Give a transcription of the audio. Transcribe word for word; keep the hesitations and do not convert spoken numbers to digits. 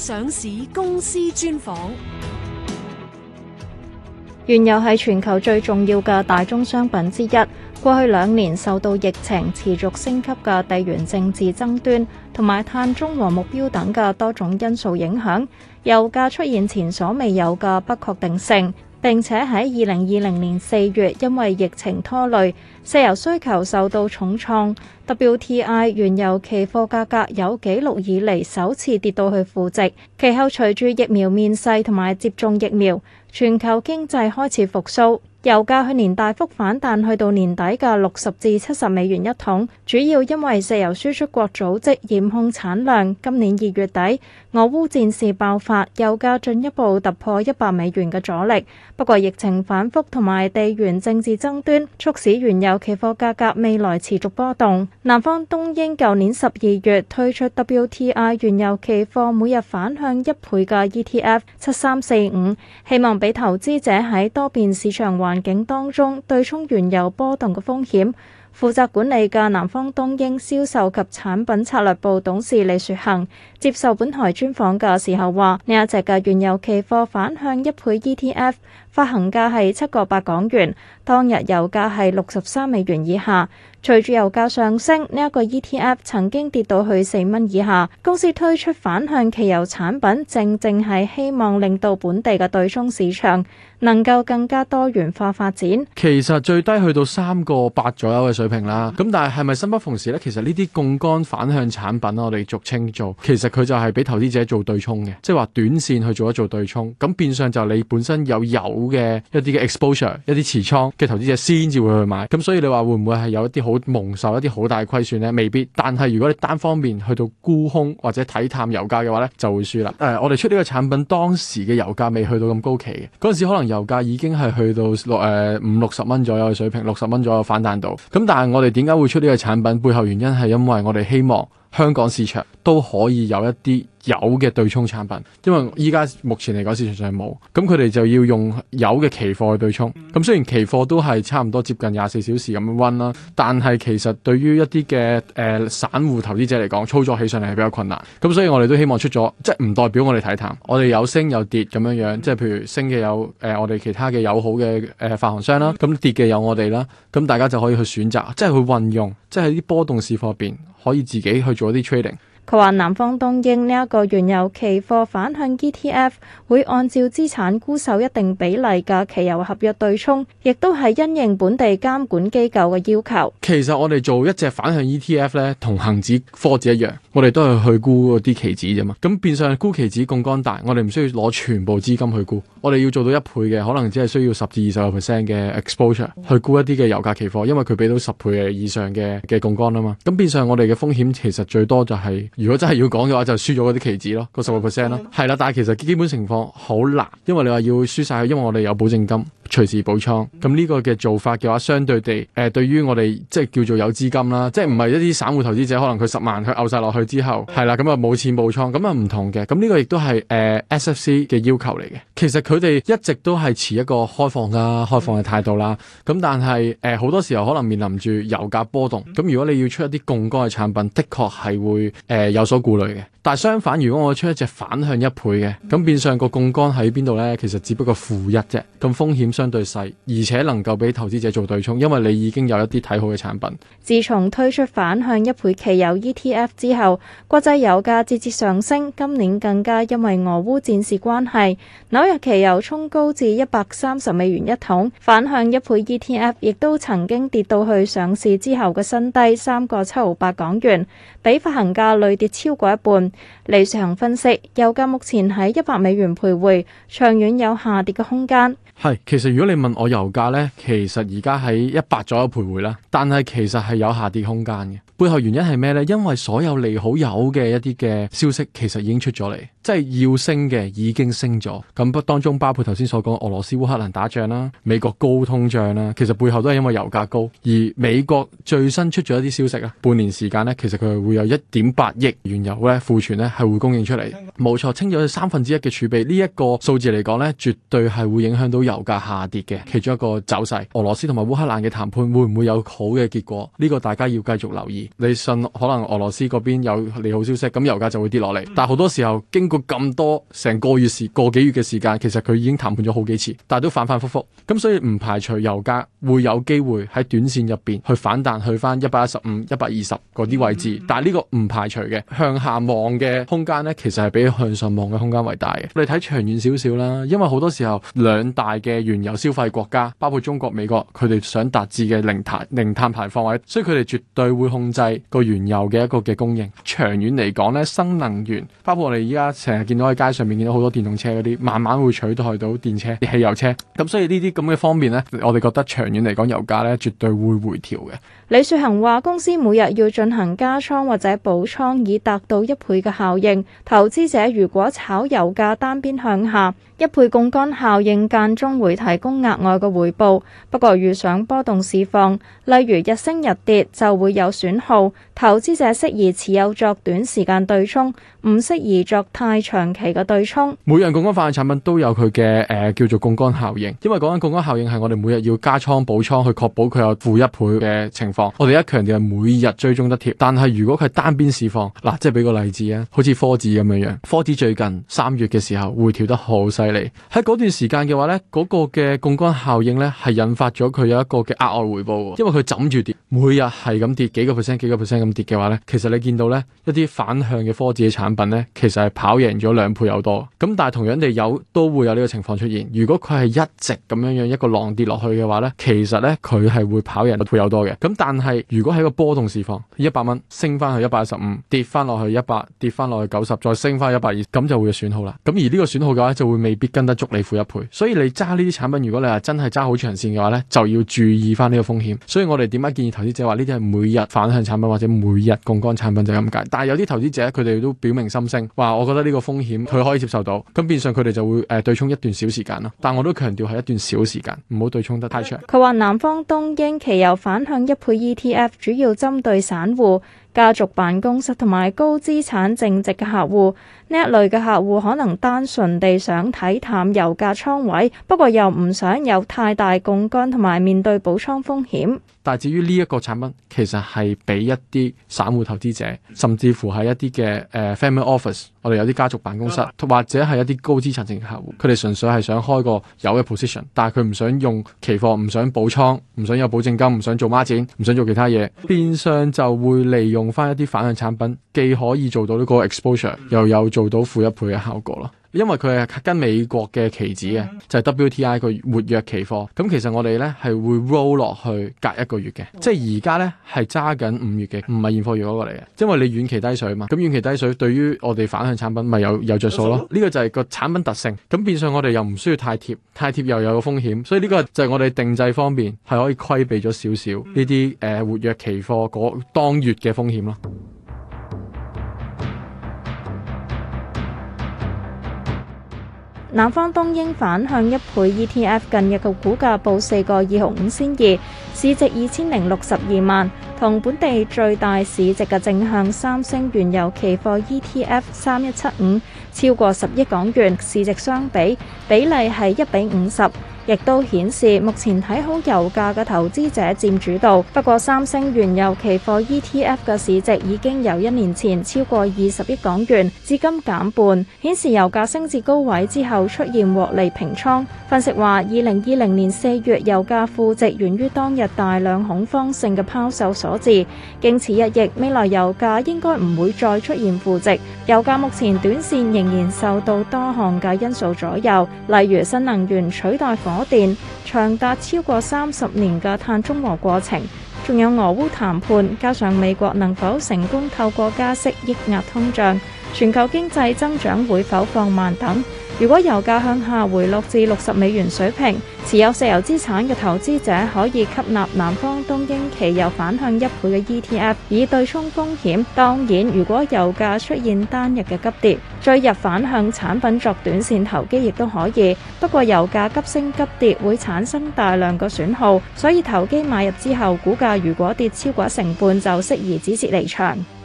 上市公司專訪。 原油係全球最重要嘅大宗商品之一。過去兩年受到疫情持續升級嘅地緣政治爭端同埋碳中和目標等嘅多種因素影響，油價出現前所未有嘅不確定性。並且喺二零二零年四月，因為疫情拖累，石油需求受到重創 ，W T I 原油期貨價格有紀錄以嚟首次跌到去負值。其後隨住疫苗面世同埋接種疫苗，全球經濟開始復甦。油價去年大幅反彈，去到年底嘅六十至七十美元一桶，主要因為石油輸出國組織嚴控產量。今年二月底，俄烏戰事爆發，油價進一步突破一百美元嘅阻力。不過疫情反覆同埋地緣政治爭端，促使原油期貨價格未來持續波動。南方東英舊年十二月推出 W T I 原油期貨每日反向一倍嘅 E T F 七三四五，希望俾投資者喺多變市場環境當中對沖原油波動嘅風險。負責管理嘅南方東英銷售及產品策略部董事李雪恒接受本台專訪嘅時候話：呢一隻嘅原油期貨反向一倍 E T F 發行價係七個八港元，當日油價係六十三美元以下。隨住油價上升，呢、這、一個 E T F 曾經跌到去四蚊以下。公司推出反向期油產品，正正係希望令到本地嘅對沖市場能夠更加多元化發展。 其實最低去到三個八左右嘅水平啦。咁但係係咪生不逢時呢？其實呢啲槓桿反向產品，我哋俗稱做，其實佢就係俾投資者做對沖嘅，即係話短線去做一做對沖。咁變相就你本身有油嘅一啲嘅 exposure， 一啲持倉嘅投資者先至會去買。咁所以你話會唔會係有一啲好蒙受一啲好大虧損呢？未必。但係如果你單方面去到沽空或者睇淡油價嘅話呢，就會輸啦。誒、呃，我哋出呢個產品當時嘅油價未去到咁高企嘅，嗰陣時可能油價已經係去到六誒五六十蚊左右嘅水平，六十蚊左右反彈到。咁但係我哋點解會出呢個產品？背後原因係因為我哋希望香港市場都可以有一啲油嘅對沖產品，因為依家目前嚟講市場上係冇，咁佢哋就要用油嘅期貨去對沖。咁雖然期貨都係差唔多接近廿四小時咁樣溫啦，但係其實對於一啲嘅誒散戶投資者嚟講，操作起上嚟係比較困難。咁所以我哋都希望出咗，即係唔代表我哋睇淡，我哋有升有跌咁樣樣，即係譬如升嘅有誒、呃、我哋其他嘅友好嘅誒、呃、發行商啦，咁跌嘅有我哋啦，咁大家就可以去選擇，即係去運用，即係喺啲波動市況入邊可以自己去做一啲 trading。 佢話南方東英呢一個原油期貨反向 E T F 會按照資產沽售一定比例嘅期油合約對沖，亦都係因應本地監管機構嘅要求。 其實我哋做一隻反向 E T F 咧，同恒指科指一樣，我哋都係去沽嗰啲期指啫嘛。咁變相沽期指槓桿大，我哋唔需要攞全部資金去沽，我哋要做到一倍嘅，可能只係需要十至二十個 percent 嘅 exposure 去沽一啲嘅油價期貨，因為佢俾到十倍嘅以上嘅嘅槓桿啊嘛。咁變相我哋嘅風險其實最多就係、是，如果真係要講嘅話，就輸咗嗰啲期指咯，個十個 percent 咯，係啦。但係其實基本情況好難，因為你話要輸晒佢，因為我哋有保證金，隨時補倉。咁呢個嘅做法嘅話，相對地誒、呃，對於我哋即係叫做有資金啦，即係唔係一啲散戶投資者，可能佢十萬佢嘔晒落去之後，係啦，咁啊冇錢補倉，咁啊唔同嘅。咁呢個亦都係誒 S F C 嘅要求嚟嘅。其實佢哋一直都係持一個開放啦、開放嘅態度啦。咁但係誒好多時候可能面臨住油價波動，咁如果你要出一啲槓桿嘅產品，的確係會誒、呃、有所顧慮嘅。但係相反，如果我出一隻反向一倍嘅，咁變相個槓桿喺邊度呢？其實只不過負一啫，咁風險相對細，而且能夠俾投資者做對沖，因為你已經有一啲睇好嘅產品。 自從推出反向一倍期油 E T F 之後，國際油價節節上升，今年更加因為俄烏戰事關係，紐約期油衝高至一百三十美元一桶，反向一倍 E T F 亦都曾經跌到去上市之後嘅新低三個七毫八港元，比發行價累跌超過一半。李雪恒分析，油價目前喺一百美元徘徊，長遠有下跌嘅空間。 係，其實如果你問我油價呢，其實而家喺一百左右徘徊啦，但係其實係有下跌空間嘅。背後原因係咩呢？因為所有利好油嘅一啲嘅消息其實已經出咗嚟，即係要升嘅已經升咗。咁不當中包括頭先所講俄羅斯烏克蘭打仗啦，美國高通脹啦，其實背後都係因為油價高。而美國最新出咗一啲消息啊，半年時間呢，其實佢會有一點八億原油咧庫存咧係會供應出嚟。冇錯，清咗三分之一嘅儲備，呢、這、一個數字嚟講呢，絕對係會影響到油價下跌嘅其中一個走勢。俄羅斯同埋烏克蘭嘅談判會唔會有好嘅結果？呢、這個大家要繼續留意。你信可能俄羅斯嗰邊有利好消息，咁油價就會跌落嚟。但係好多時候經過過咁多成個月時個幾月嘅時間，其實佢已經談判咗好幾次，但係都反反覆覆。咁所以唔排除油價會有機會喺短線入邊去反彈去翻一百一十五、一百二十嗰啲位置，但係呢個唔排除嘅向下望嘅空間呢，其實係比向上望嘅空間為大嘅。我哋睇長遠少少啦，因為好多時候兩大嘅原油消費國家，包括中國、美國，佢哋想達至嘅零碳零碳排放位，所以佢哋絕對會控制個原油嘅一個嘅供應。長遠嚟講呢，新能源包括我哋依家成日見到喺街上面見到好多電動車嗰啲，慢慢會取代到電車、汽油車。咁所以呢啲咁嘅方面呢，我哋覺得長遠嚟講，油價呢絕對會回調嘅。 李雪恒話：公司每日要進行加倉或者補倉，以達到一倍嘅效應。投資者如果炒油價單邊向下，一倍槓桿效應間中會提供額外嘅回報。不過遇上波動市況，例如日升日跌，就會有損耗。投資者適宜持有作短時間對沖，唔適宜作太長期嘅對沖。 每樣槓桿化嘅產品都有佢嘅誒叫做槓桿效應，因為講緊槓桿效應係我哋每日要加倉補倉去確保佢有負一倍嘅情況。我哋一強調係每日追蹤得貼，但係如果佢係單邊市況，嗱，即係俾個例子啊，好似科指咁樣樣，科指最近三月嘅時候回調得好犀利，喺嗰段時間嘅話呢，嗰、嗰個嘅槓桿效應呢係引發咗佢有一個嘅額外回報，因為佢枕住跌，每日係咁跌幾個 percent 幾個 percent 咁跌嘅話呢，其實你見到呢一啲反向嘅科指嘅產品呢，其實係跑贏咗兩倍有多。咁但係同樣地有都會有呢個情況出現，如果佢係一直咁樣樣一個浪跌落去嘅話呢，其實呢佢係會跑贏一倍有多嘅。咁但係如果喺個波動市況，一百蚊升翻去一百一十五，跌翻落去一百，跌翻落去九十，再升翻一百二，咁就會有損耗啦。咁而呢個損耗嘅話，就會未必跟得足你負一倍。所以你揸呢啲產品，如果你係真係揸好長線嘅話呢，就要注意翻呢個風險。所以我哋點解建議投資者話呢啲係每日反向產品或者每日槓桿產品就係咁解。但係有啲投資者佢哋都表明心聲，話我覺得呢個風險佢可以接受到，咁變相佢哋就會誒、呃、對沖一段小時間咯。但我都強調係一段小時間，唔好對沖得太長。 佢話南方東英期油反向一倍 E T F 主要針對散戶、家族辦公室同埋高資產淨值嘅客戶，呢一類嘅客戶可能單純地想睇淡油價倉位，不過又唔想有太大槓桿同埋面對補倉風險。 但係至於呢一個產品，其實係俾一啲散戶投資者，甚至乎係一啲嘅誒 family office，我哋有啲家族辦公室，或者係一啲高資產淨嘅客戶，佢哋純粹係想開個有嘅 position， 但係佢唔想用期貨，唔想補倉，唔想有保證金，唔想做孖展，唔想做其他嘢，變相就會利用翻一啲反向產品，既可以做到呢個 exposure， 又有做到負一倍嘅效果咯。因為佢係跟美國嘅期指嘅，就係 W T I 個活躍期貨。咁其實我哋咧係會 roll 落去隔一個月嘅，即係而家咧係揸緊五月嘅，唔係現貨月嗰個嚟嘅。因為你遠期低水嘛，咁遠期低水對於我哋反向產品咪有有著數咯。呢個就係個產品特性。咁變相我哋又唔需要太貼，太貼又有個風險。所以呢個就係我哋定製方面係可以規避咗少少呢啲誒活躍期貨嗰當月嘅風險咯。 南方東英反向一倍 E T F 近日嘅股價報四個二毫五仙二，市值二千零六十二萬，同本地最大市值嘅正向三星原油期貨 E T F 三一七五超過十億港元市值相比，比例係一比五十。亦都顯示目前睇好油價嘅投資者佔主導。不過三星原油期貨 E T F 嘅市值已經由一年前超過二十億港元，至今減半，顯示油價升至高位之後出現獲利平倉。分析話，二零二零年四月油價負值源於當日大量恐慌性嘅拋售所致，經此一役，未來油價應該唔會再出現負值。油價目前短線仍然受到多項嘅因素左右，例如新能源取代火電，長達超過三十年嘅碳中和過程，仲有俄烏談判，加上美國能否成功透過加息抑壓通脹，全球經濟增長會否放慢等。如果油價向下回落至六十美元水平，持有石油資產嘅投資者可以吸納南方東英期油反向一倍嘅 E T F， 以對沖風險。當然，如果油價出現單日嘅急跌，追入反向產品作短線投機亦都可以。不過油價急升急跌會產生大量嘅損耗，所以投機買入之後，股價如果跌超過一成半，就適宜止蝕離場。